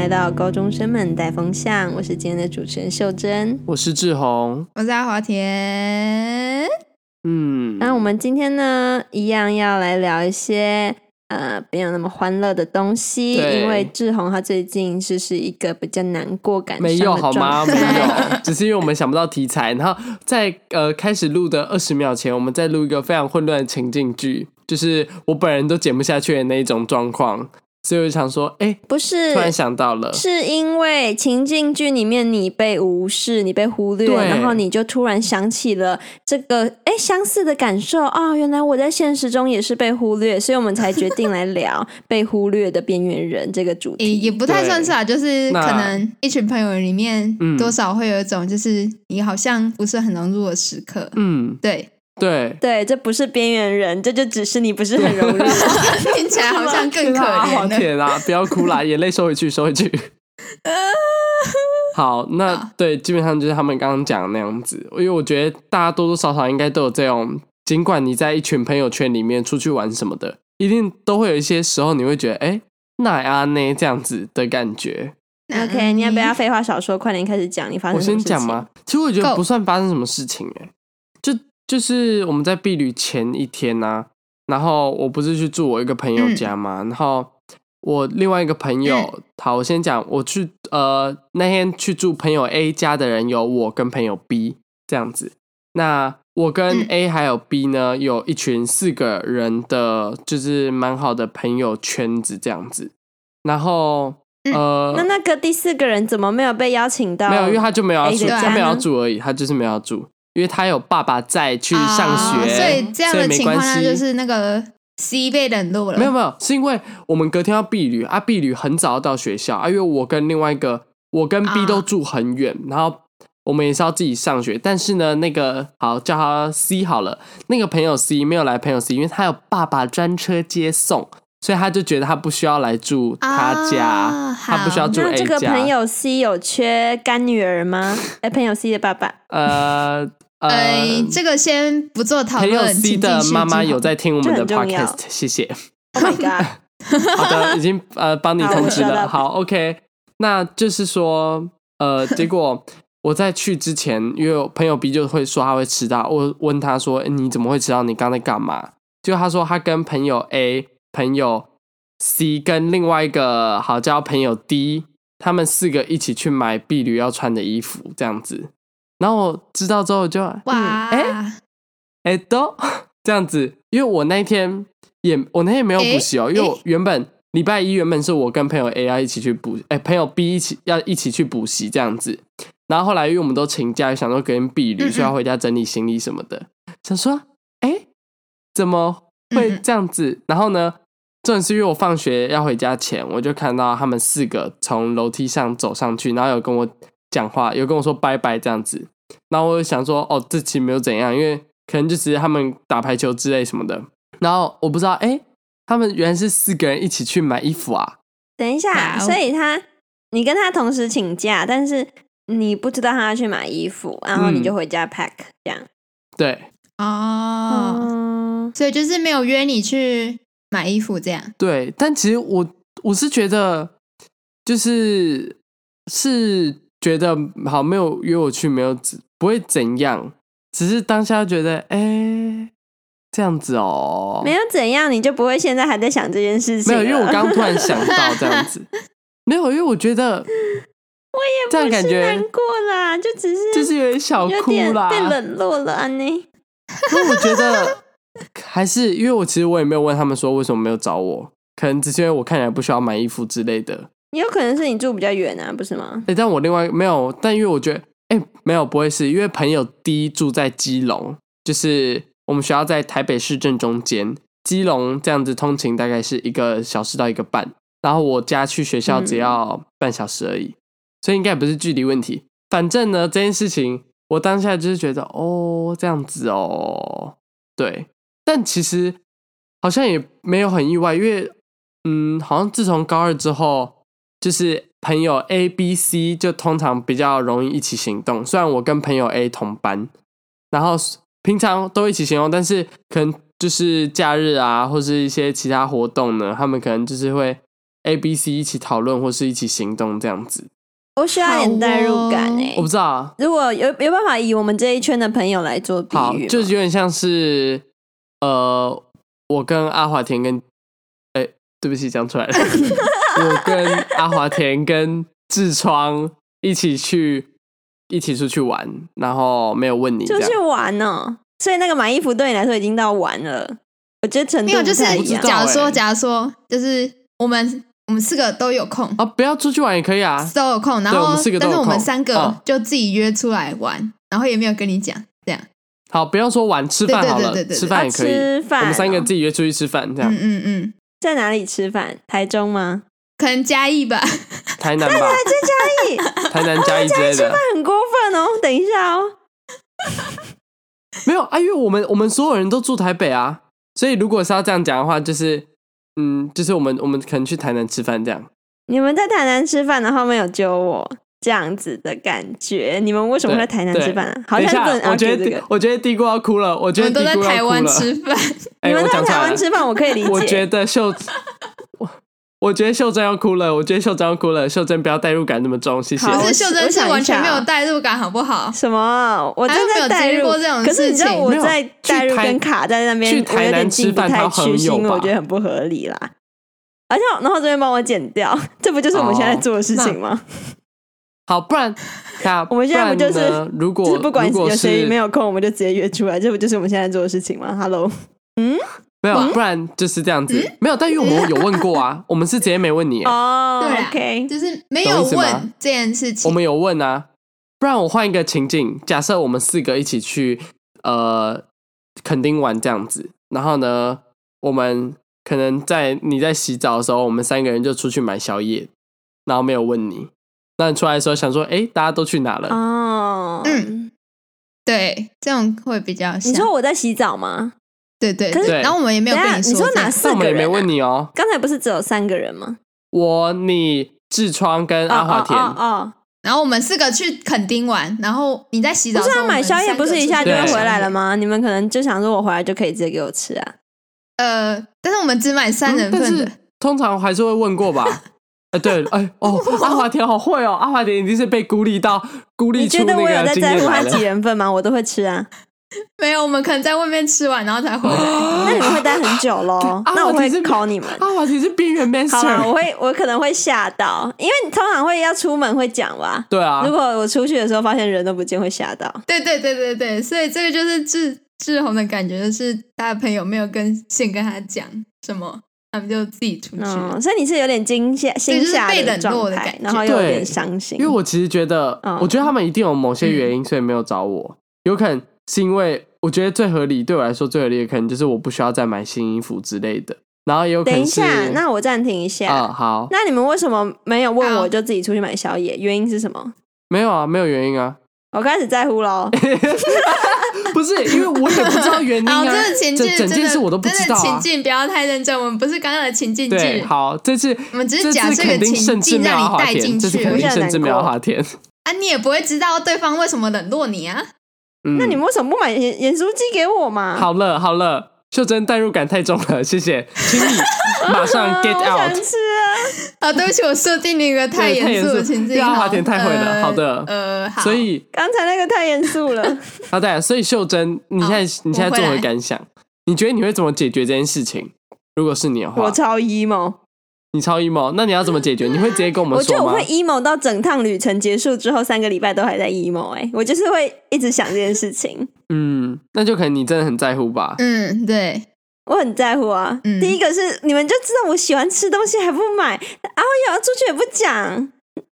来到高中生们带风向，我是今天的主持人秀珍， 我是志宏， 我是阿华田。 那我们今天呢，一样要来聊一些没有那么欢乐的东西，因为志宏他最近是一个比较难过感伤的状态。 没有好吗？没有，只是因为我们想不到题材，然后在开始录的20秒前，我们在录一个非常混乱的情境剧，就是我本人都剪不下去的那一种状况。所以我就想说， 不是， 突然想到了， 是因为情境剧里面你被无视，你被忽略，然后你就突然想起了这个相似的感受啊，原来我在现实中也是被忽略，所以我们才决定来聊被忽略的边缘人这个主题。 也不太算是啊，就是可能一群朋友里面多少会有一种就是你好像不是很融入的时刻。 对， 这不是边缘人，这就只是你不是很融入。 听起来好像更可怜的。 天啊，不要哭啦，眼泪收回去，收回去。好，那对，基本上就是他们刚刚讲的那样子。因为我觉得大家多多少少应该都有这种，尽管你在一群朋友圈里面出去玩什么的，一定都会有一些时候你会觉得，那啊呢这样子的感觉。 OK， 你要不要废话少说，快点开始讲你发生什么事情？ 我先讲吗？其实我觉得不算发生什么事情就是我们在毕旅前一天啊，然后我不是去住我一个朋友家嘛，然后我另外一个朋友，好，我先讲，我去那天去住朋友 A 家的人有我跟朋友 B 这样子，那我跟 A 还有 B 呢，有一群4个人的，就是蛮好的朋友圈子这样子，然后那个第4个人怎么没有被邀请到？ 没有，因为他就没有要住，他没有要住而已，他就是没有要住。因为他有爸爸在去上学， 所以这样的情况下就是那个 C 被冷落了。 没有，是因为我们隔天要毕旅啊，毕旅很早要到学校啊，因为我跟另外一个我跟 B 都住很远，然后我们也是要自己上学，但是呢，那个好叫他 C 好了，那个朋友 C 没有来，朋友 C 因为他有爸爸专车接送。所以他就觉得他不需要来住他家，他不需要住 A 家。 那这个朋友 C 有缺干女儿吗？朋友 C 的爸爸。 这个先不做讨论。 朋友 C 的妈妈有在听我们的 podcast， 谢谢。 Oh my god！ 好的，已经帮你通知了。好 ，OK， 那就是说结果我在去之前，因为朋友 B 就会说他会迟到，我问他说：“你怎么会迟到？你刚才干嘛？”结果他说他跟朋友 A、朋友 C 跟另外一个好叫朋友 D， 他们4个一起去买毕旅要穿的衣服，这样子。然后我知道之后就都这样子，因为我那天没有补习因为我原本礼拜一原本是我跟朋友 A 要一起去补，朋友 B 要一起去补习这样子。然后后来因为我们都请假，想说隔天毕旅，所以要回家整理行李什么的，想说怎么会这样子？然后呢，重点是因为我放学要回家前，我就看到他们4个从楼梯上走上去，然后有跟我讲话，有跟我说拜拜这样子。然后我就想说，这期没有怎样，因为可能就只是他们打排球之类什么的。然后我不知道，他们原来是4个人一起去买衣服啊！ 等一下，所以你跟他同时请假，但是你不知道他要去买衣服，然后你就回家 pack 这样。 对。 所以就是没有约你去买衣服这样。 对，但其实我是觉得，就是觉得好没有约我去，没有不会怎样，只是当下觉得这样子没有怎样，你就不会现在还在想这件事情了。 没有，因为我刚突然想到这样子，没有，因为我觉得我也不是难过啦，就只是就是有点小哭啦， 被冷落了啊你。 因为我觉得还是因为其实我也没有问他们说为什么没有找我，可能只是因为我看起来不需要买衣服之类的。 也有可能是你住比较远啊，不是吗？ 但我另外没有，但因为我觉得没有不会是因为朋友 D 住在基隆，就是我们学校在台北市正中间，基隆这样子通勤大概是1个小时到1个半，然后我家去学校只要半小时而已，所以应该也不是距离问题。反正呢，这件事情我当下就是觉得这样子对，但其实好像也没有很意外，因为好像自从高2之后，就是朋友 A、B、C 就通常比较容易一起行动。虽然我跟朋友 A 同班，然后平常都一起行动，但是可能就是假日啊，或是一些其他活动呢，他们可能就是会 ABC 一起讨论或是一起行动这样子。 我需要点代入感我不知道， 如果有办法以我们这一圈的朋友来做比喻， 好，就有点像是我跟阿华田跟对不起讲出来了我跟阿华田跟痔疮一起出去玩，然后没有问你出去玩哦，所以那个买衣服对你来说已经到玩了。我觉得程度不太一样。 假如说就是我们4个都有空啊，不要出去玩也可以啊， 都有空，然后但是我们3个就自己约出来玩，然后也没有跟你讲，这样。 好，不要说玩，吃饭好了， 对吃饭也可以。 吃饭我们3个自己约出去吃饭，这样。 在哪里吃饭？台中吗？ 可能嘉义吧， 台南吧， 在嘉义， 台南嘉义之类的。 吃饭很过分哦，等一下哦。 没有啊，因为我们所有人都住台北啊，所以如果是要这样讲的话，就是就是我们可能去台南吃饭这样。 你们在台南吃饭，然后没有揪我，这样子的感觉。你们为什么会在台南吃饭啊？好像不能我觉得嘀咕要哭了，我觉得嘀咕要哭了。 我们都在台湾吃饭， 你们在台湾吃饭，我可以理解。 我觉得秀珍要哭了，秀珍不要代入感那么重，谢谢。 可是秀珍是完全没有代入感，好不好？ 什么？我真的代入过这种事情， 可是你知道我在代入跟卡在那边， 去台南吃饭， 我有点进不太去，因为我觉得很不合理啦。而且然后这边帮我剪掉，这不就是我们现在做的事情吗？ 好，不然我们现在不就是如果不管有谁没有空，我们就直接约出来，这不就是我们现在做的事情吗 ？Hello， 没有，不然就是这样子。没有，但因为我们有问过啊，我们是直接没问你哦。 对 ，OK， 就是没有问这件事情。 我们有问啊，不然我换一个情境，假设我们4个一起去垦丁玩这样子，然后呢，我们可能你在洗澡的时候，我们3个人就出去买宵夜，然后没有问你。那你出来的时候想说，大家都去哪了？ 哦， 对，这种会比较像。 你说我在洗澡吗？ 对，然后我们也没有跟你说。 你说哪4个人？ 我们也没问你哦。 刚才不是只有3个人吗？ 我、你、痔疮跟阿华田。 然后我们4个去垦丁玩，然后你在洗澡的时候， 不是买宵夜不是一下就会回来了吗？你们可能就想说我回来就可以直接给我吃啊。 但是我们只买3人份的， 通常还是会问过吧。对，阿华田好会哦，阿华田已经是被孤立出那个经验来了。你觉得我有在乎他几人份吗？我都会吃啊。 没有，我们可能在外面吃完然后才回来。 那你们会待很久咯。那我会考你们。 阿华田是边缘 master。 好啦，我可能会吓到，因为你通常会要出门会讲吧。 对啊。 如果我出去的时候发现人都不见，会吓到。 对，所以这个就是志宏的感觉，就是他的朋友没有先跟他讲什么。他们就自己出去所以你是有点心下被冷落的感觉， 然后又有点伤心。 因为我其实觉得，我觉得他们一定有某些原因，所以没有找我。有可能是因为我觉得对我来说最合理的可能就是我不需要再买新衣服之类的。然后也有可能是等一下，那我暂停一下。 好。 那你们为什么没有问我就自己出去买宵夜？原因是什么？ 没有啊，没有原因啊。 我开始在乎咯。 不是，因为我也不知道原因啊。 这个情境整件事我都不知道啊。 情境不要太认真，我们不是刚刚的情境剧。 对，好，这次我们只是假设一个情境让你带进去。 这次肯定甚至没有阿华田啊，你也不会知道对方为什么冷落你啊。 那你们为什么不买盐酥鸡给我嘛？ 好了，秀珍代入感太重了，谢谢，请你马上 get out。 我想吃啊！对不起，我设定了一个太严肃的情境。 阿华田太会了，好的， 好。 所以刚才那个太严肃了。 好的，所以秀珍，你现在作何感想？你觉得你会怎么解决这件事情？如果是你的话， 我超 emo。 你超 emo， 那你要怎么解决？你会直接跟我们说吗？ 我觉得我会 emo 到整趟旅程结束之后3个礼拜都还在 emo。我就是会一直想这件事情。 那就可能你真的很在乎吧。 对。 我很在乎啊。第一个是你们就知道我喜欢吃东西还不买，然后有要出去也不讲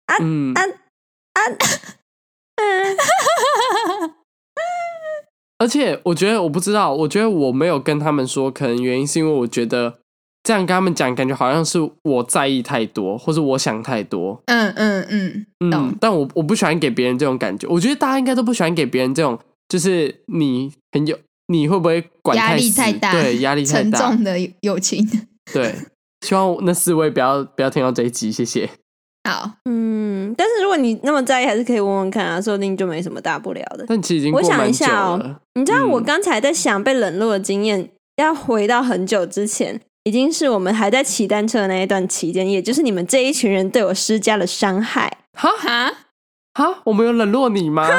而且我觉得我不知道，我觉得我没有跟他们说，可能原因是因为我觉得这样跟他们讲，感觉好像是我在意太多，或者我想太多。但我不喜欢给别人这种感觉。我觉得大家应该都不喜欢给别人这种，就是你会不会管压力太大？ 对，压力太大， 沉重的友情。 对，希望那4位不要听到这一集，谢谢。 好， 但是如果你那么在意，还是可以问问看啊，说不定就没什么大不了的。 但其实已经过蛮久了。 我想一下你知道我刚才在想被冷落的经验，要回到很久之前， 已经是我们还在骑单车的那一段期间，也就是你们这一群人对我施加了伤害。 哈，我们有冷落你吗？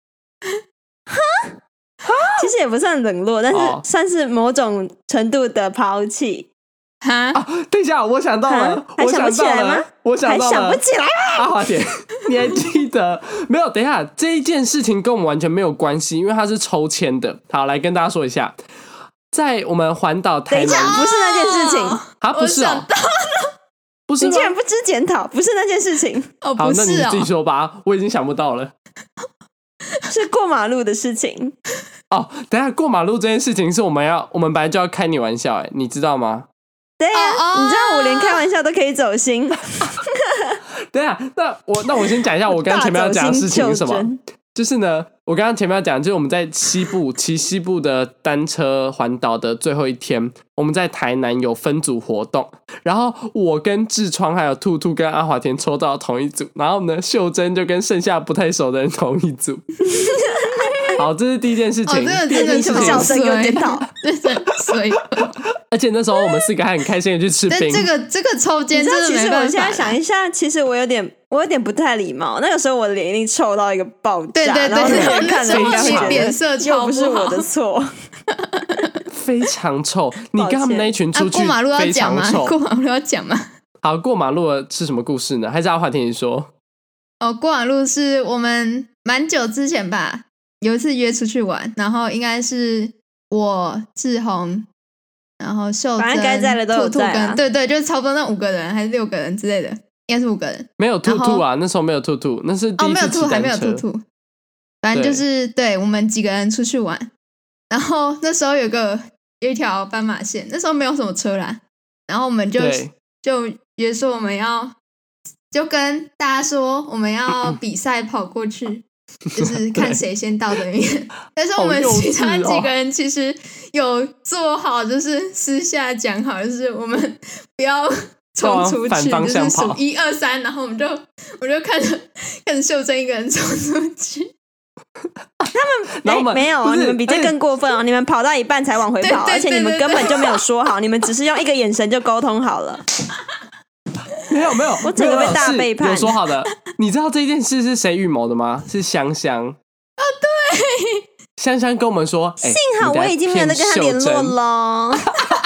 其实也不算冷落，但是算是某种程度的抛弃。 等一下，我想到了， 还想不起来吗？ 我想到了， 还想不起来吗？ 阿华田，你还记得没有？等一下，这一件事情跟我们完全没有关系，因为它是抽签的。好，来跟大家说一下，在我们环岛台南， 不是那件事情不是哦，不是吗？ 你竟然不知检讨，不是那件事情哦， 好， 不是哦， 那你自己说吧，我已经想不到了。 是过马路的事情。 哦，等一下，过马路这件事情是我们本来就要开你玩笑，你知道吗？ 对啊，你知道我连开玩笑都可以走心。 对啊，那我先讲一下我刚刚前面要讲的事情是什么。就是呢，我刚刚前面要讲，就是我们在骑西部的单车环岛的最后一天，我们在台南有分组活动，然后我跟痔疮还有兔兔跟阿华田抽到同一组，然后呢，秀珍就跟剩下不太熟的人同一组。好，这是第一件事情。 这个真的是小声有点讨， 所以， 而且那时候我们4个还很开心的去吃冰。 这个抽签真的没办法。 其实我现在想一下，其实我有点不太礼貌。那个时候我的脸一定臭到一个爆炸， 对， 然后看了应该会觉得脸色又不是我的错。 非常臭，你跟他们那一群出去过马路要讲吗？ 过马路要讲吗？ 好，过马路的是什么故事呢？还是阿华田你说？ 过马路是我们蛮久之前吧。有一次约出去玩，然后应该是我志宏，然后秀珍， 反正该在的都有在兔跟对，就是差不多那5个人还是6个人之类的，应该是5个人。 没有兔兔啊，那时候没有兔兔，那是第一次骑单车， 还没有兔兔。反正就是对我们几个人出去玩，然后那时候有一条斑马线，那时候没有什么车啦，然后我们就约说我们就跟大家说我们要比赛跑过去。就是看谁先到对面，但是我们其他几个人其实有做好，就是私下讲好，就是我们不要冲出去，就是数1、2、3，然后我就看着秀珍一个人冲出去。 他们没有啊，你们比这更过分哦！你们跑到一半才往回跑，而且你们根本就没有说好，你们只是用一个眼神就沟通好了。 没有， 我整个被大背叛。 有说好的，你知道这件事是谁预谋的吗？是香香。 对， 香香跟我们说， 幸好我已经没有再跟他联络了。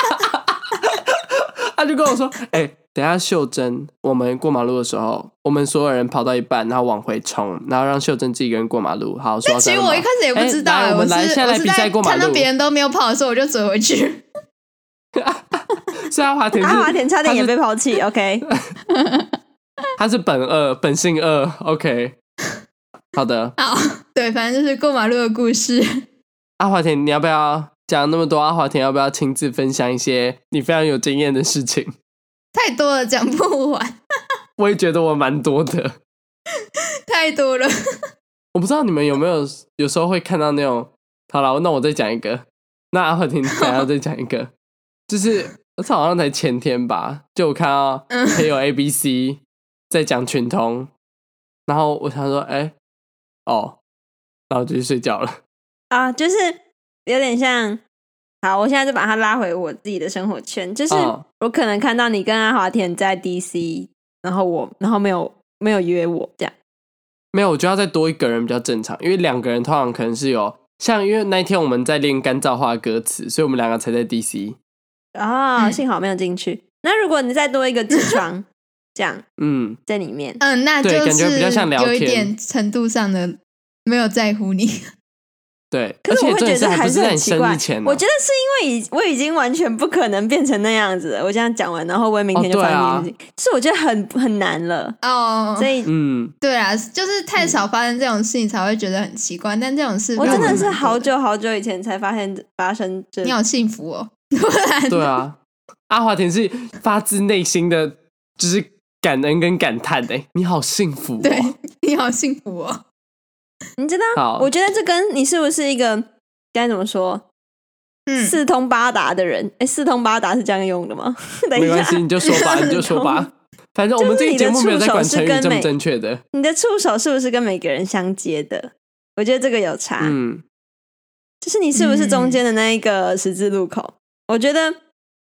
他就跟我说，等一下秀珍，我们过马路的时候，我们所有人跑到一半，然后往回冲，然后让秀珍自己一个人过马路。好，说其实我一开始也不知道， 我们现在来比赛过马路， 看到别人都没有跑的时候，我就折回去。 是阿华田差点也被抛弃。OK， 他是本性恶。OK， 好的， 好，对，反正就是过马路的故事。 阿华田，你要不要讲那么多？阿华田要不要亲自分享一些你非常有经验的事情？ 太多了，讲不完。 我也觉得我蛮多的， 太多了。 我不知道你们有没有时候会看到那种。好了，那我再讲一个。那阿华田等下再讲一个。就是这好像才前天吧，就我看到还有 ABC 在讲群通，然后我想说，然后就去睡觉了。 啊，就是有点像。好，我现在就把它拉回我自己的生活圈，就是我可能看到你跟阿华田在 DC， 然后没有约我这样。 没有，我觉得要再多一个人比较正常，因为2个人通常可能是有像，因为那一天我们在练干燥话歌词，所以我们2个才在 DC。 幸好没有进去。那如果你再多一个痔疮，这样，在里面， 那就是感觉比较像聊天， 有一点程度上的没有在乎你。 对，可是我会觉得还是很奇怪。 我觉得是因为我已经完全不可能变成那样子了。我这样讲完，然后我明天就发生这件事情，是我觉得很难了。所以对啊，就是太少发生这种事情才会觉得很奇怪。但这种事， 我真的是好久以前才发生。 你好幸福哦！ 对啊，阿华田是发自内心的，就是感恩跟感叹你好幸福哦！ 对，你好幸福哦！ 你知道，我觉得这跟你是不是一个该怎么说，四通八达的人？四通八达是这样用的吗？ 没关系，你就说吧，反正我们这个节目没有在管成语正不正确的。 你的触手是不是跟每个人相接的？我觉得这个有差。就是你是不是中间的那一个十字路口？我觉得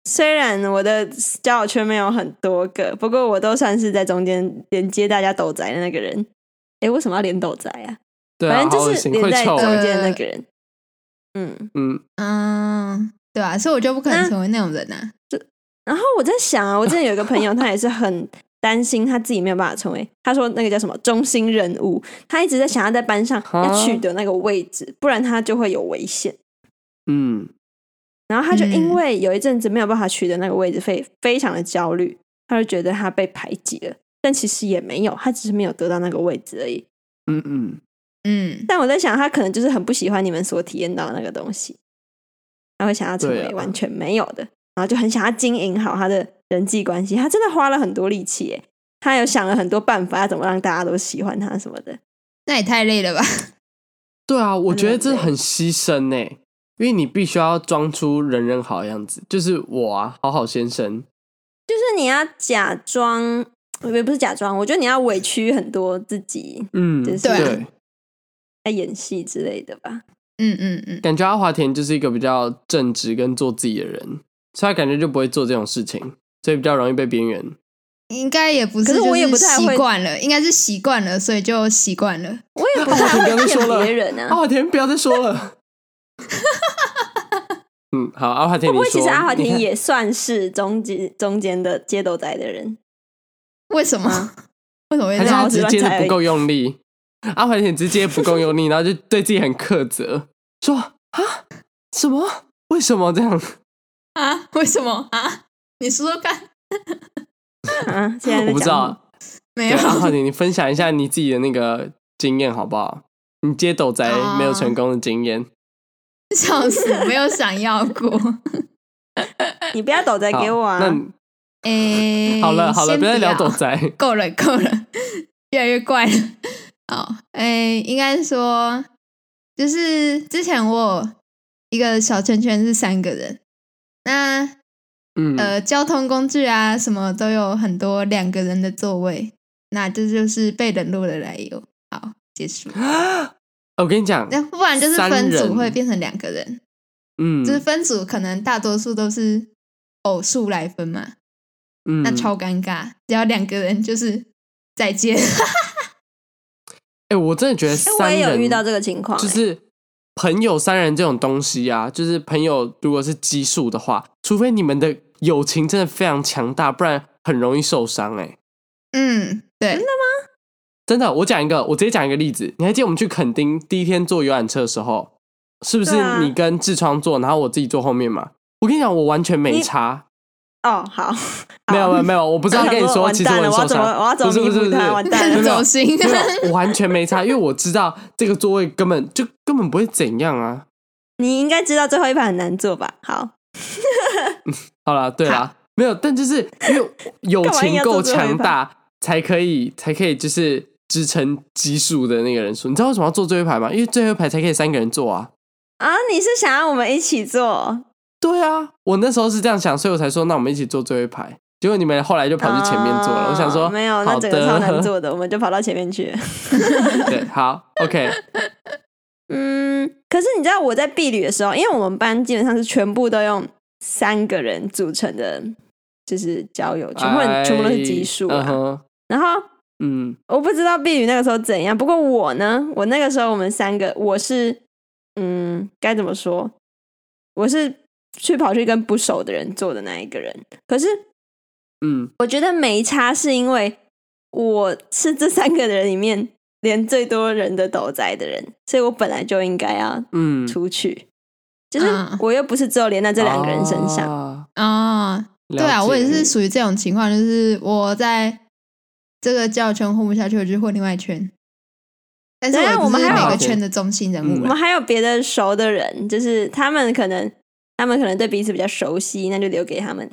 虽然我的交友圈没有很多个，不过我都算是在中间连接大家斗宅的那个人。为什么要连斗宅啊？ 对啊， 反正就是连在中间的那个人。 对啊，所以我就不可能成为那种人啊。 然后我在想啊，我之前有一个朋友，他也是很担心他自己没有办法成为，他说那个叫什么中心人物，他一直在想要在班上要取得那个位置，不然他就会有危险。然后他就因为有一阵子没有办法取得那个位置，非常的焦虑，他就觉得他被排挤了，但其实也没有，他只是没有得到那个位置而已。但我在想，他可能就是很不喜欢你们所体验到的那个东西，他会想要成为完全没有的，然后就很想要经营好他的人际关系。他真的花了很多力气耶，他有想了很多办法，要怎么让大家都喜欢他什么的。 那也太累了吧？ 对啊，我觉得这很牺牲耶，因为你必须要装出人人好的样子，就是我啊，好好先生， 就是你要假装，也不是假装，我觉得你要委屈很多自己，就是对， 在演戏之类的吧。 感觉阿华田就是一个比较正直跟做自己的人，所以他感觉就不会做这种事情，所以比较容易被边缘。 应该也不是， 可是我也不太会习惯了，应该是习惯了，所以就习惯了。 我也不太会骗别人啊。 阿华田不要再说了。好，阿华田你说。 不过其实阿华田也算是中间的街斗仔的人。 为什么？为什么会这样？ 还是他直接的不够用力。阿华田直接不够用力，然后就对自己很苛责，说啊什么？为什么这样啊？为什么啊？你说说看。 现在在我不知道， 没有。 阿华田，你分享一下你自己的那个经验好不好？你接斗宅没有成功的经验。 笑死，没有想要过。 你不要斗宅给我啊！ 好了，不要再聊斗宅， 够了，越来越怪了。好，应该说，就是之前我有一个小圈圈是3个人，那交通工具啊什么都有很多2个人的座位，那这就是被冷落的来由。好，结束。 我跟你讲， 不然就是分组会变成2个人，就是分组可能大多数都是偶数来分嘛，那超尴尬，只要2个人就是再见。 我真的觉得3人， 我也有遇到这个情况， 就是朋友3人这种东西啊，就是朋友如果是奇数的话，除非你们的友情真的非常强大，不然很容易受伤。 对， 真的吗？ 真的，我直接讲一个例子。你还记得我们去垦丁第一天坐游览车的时候，是不是你跟痔疮坐，然后我自己坐后面嘛？我跟你讲，我完全没差。 好， 没有，我不是要跟你说，其实我很受伤。 我要怎么弥补他？完蛋了， 走心。 我完全没差，因为我知道这个座位根本不会怎样啊。 你应该知道最后一排很难坐吧？好， 好啦，对啦，没有，但就是因为友情够强大，才可以就是支撑奇数的那个人数。你知道为什么要坐最后一排吗？因为最后一排才可以3个人坐啊。 你是想要我们一起坐？ 对啊，我那时候是这样想，所以我才说那我们一起坐最后一排。结果你们后来就跑去前面坐了。我想说没有，那整个超难坐的，我们就跑到前面去了。 对，好 ，OK。 可是你知道我在毕旅的时候，因为我们班基本上是全部都用3个人组成的，就是交友圈，全部都是奇数啊。然后我不知道毕旅那个时候怎样，不过我呢，我那个时候我们3个，我是该怎么说？我是跑去跟不熟的人做的那一个人，可是我觉得没差，是因为我是这3个人里面连最多人的斗宅的人，所以我本来就应该要出去，就是我又不是只有连在这2个人身上对啊，我也是属于这种情况，就是我在这个交友圈混不下去，我就混另外一圈。但是我不是每个圈的中心人物， 我们还有别的熟的人，就是他们可能对彼此比较熟悉，那就留给他们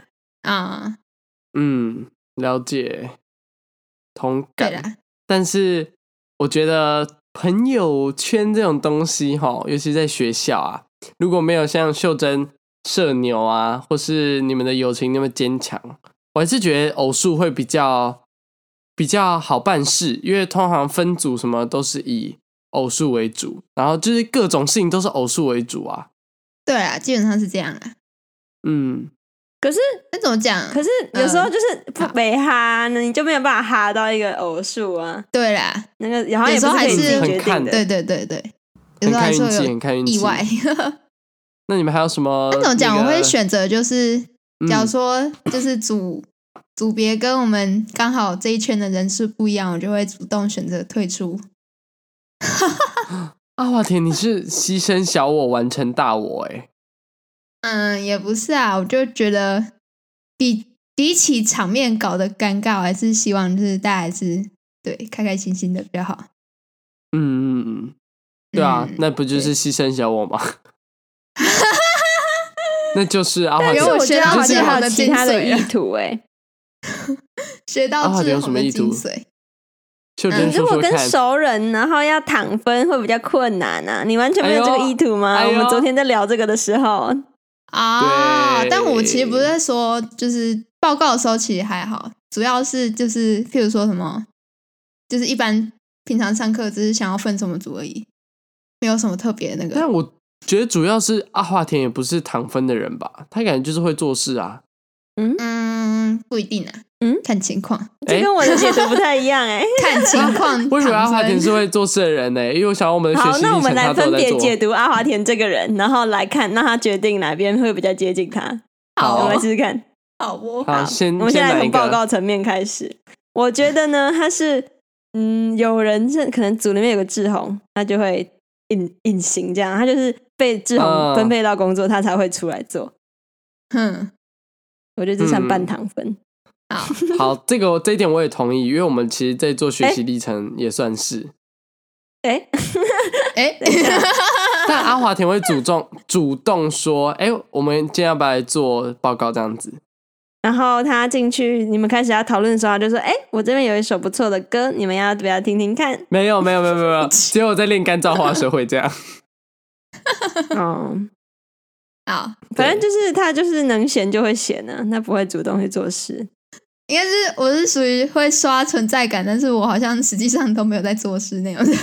了解，同感。但是我觉得朋友圈这种东西尤其在学校啊，如果没有像秀珍社牛啊，或是你们的友情那么坚强，我还是觉得偶数会比较好办事，因为通常分组什么都是以偶数为主，然后就是各种事情都是偶数为主啊。 对啊，基本上是这样啊。 可是那怎么讲？ 可是有时候就是不没哈，你就没有办法哈到一个偶数啊。 对啦， 那个然后有时候还是决定的， 对，有时候还是会有意外。 那你们还有什么？ 那怎么讲？我会选择就是，假如说就是组别跟我们刚好这一圈的人数不一样，我就会主动选择退出。 阿华田，你是牺牲小我完成大我也不是啊，我就觉得比起场面搞得尴尬，我还是希望就是大家还是对开开心心的比较好。 对啊，那不就是牺牲小我吗？那就是阿华田， 我学到志宏的其他的意图学到志宏的精髓。 如果跟熟人，然后要躺分会比较困难啊。你完全没有这个意图吗？我们昨天在聊这个的时候但我其实不是在说，就是报告的时候其实还好，主要是就是譬如说什么，就是一般平常上课只是想要分什么组而已，没有什么特别的那个。 但我觉得主要是阿华田也不是躺分的人吧，他感觉就是会做事啊。 不一定啊。看情况， 这跟我的解读不太一样看情况。 我以为阿华田是会做事的人因为我想我们的学习历程好，那我们来分别解读阿华田这个人，然后来看，让他决定哪边会比较接近他。 好， 我们来试试看。 好， 我们先来从报告层面开始。我觉得呢，他是有人是可能组里面有个志宏，他就会隐形这样，他就是被志宏分配到工作，他才会出来做。我觉得这算半躺分。 好，这一点我也同意，因为我们其实在做学习历程也算是。但阿华田会主动说，我们今天要不要来做报告这样子？ 然后他进去，你们开始要讨论的时候，他就说：“我这边有一首不错的歌，你们要不要听听看？” 没有，只有我在练干燥花社会这样。 好， 反正就是他就是能闲就会闲啊，他不会主动去做事。 应该是我是属于会刷存在感，但是我好像实际上都没有在做事那种。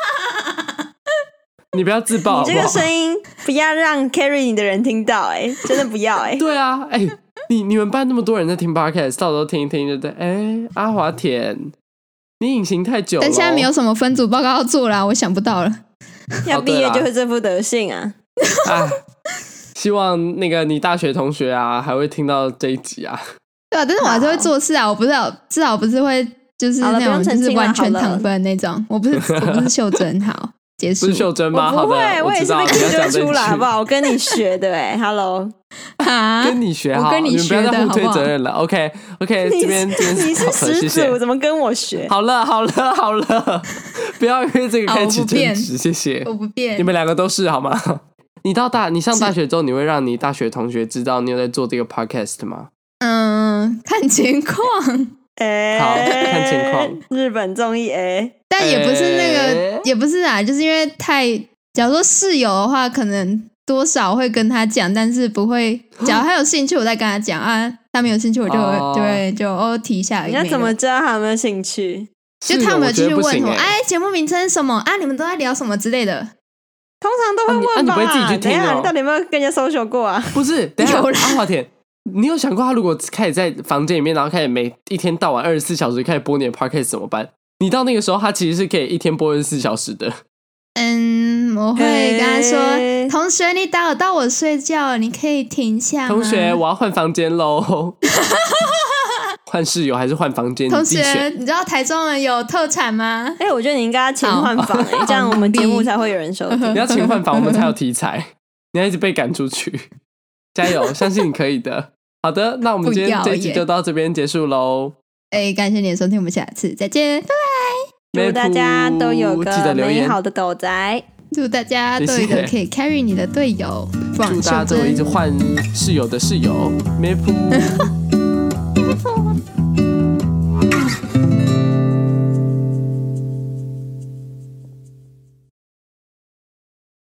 你不要自爆好不好， 你这个声音不要让 carry 你的人听到真的不要对啊，你们班那么多人在听 podcast， 到时候听一听，对不对？阿华田，你隐形太久了。 但现在没有什么分组报告要做啦，我想不到了。 要毕业就会这副德性啊！ 希望那个你大学同学啊，还会听到这一集啊。 对啊，但是我还是会做事啊，我不是至少不是会就是那种就是完全躺分那种，我不是秀珍。好，结束。 不是秀珍吗？ 我不会，我也是被秀珍出来，好不好？我跟你学的，Hello， 跟你学， 我跟你学的， 你们不要再互推责任了。OK， 这边你是始祖，怎么跟我学？ 好了，不要因为这个开启争执，谢谢。 我不变， 你们两个都是好吗？你上大学之后，你会让你大学同学知道你有在做这个 podcast 吗？ 看情况。 好，看情况。 日本综艺但也不是那个，也不是啊，就是因为假如说室友的话，可能多少会跟他讲，但是不会。假如他有兴趣，我再跟他讲啊；他没有兴趣，我就会提一下。 你要怎么知道他有没有兴趣？ 就他们继续问什么？节目名称是什么啊？你们都在聊什么之类的？ 通常都会问吧。 你不会自己去听你到底有没有跟人家 social 过啊？ 不是，等一下阿华田。你有想过他如果开始在房间里面，然后开始一天到晚24小时开始播你的 podcast 怎么办？你到那个时候，他其实是可以一天播24小时的。 我会跟他说：“同学，你打扰到我睡觉了，你可以停下吗？” 同学，我要换房间喽。换室友还是换房间？ 同学，你知道台中人有特产吗？ 我觉得你应该要勤换房，这样我们节目才会有人收听。 你要勤换房，我们才有题材。你要一直被赶出去，加油，相信你可以的。好的，那我们今天这一集就到这边结束喽。 感谢你的收听，我们下次再见，拜拜。祝大家都有个美好的斗宅， 祝大家都有一个可以 carry 你的队友， 祝大家都有一直换室友的室友，梅普。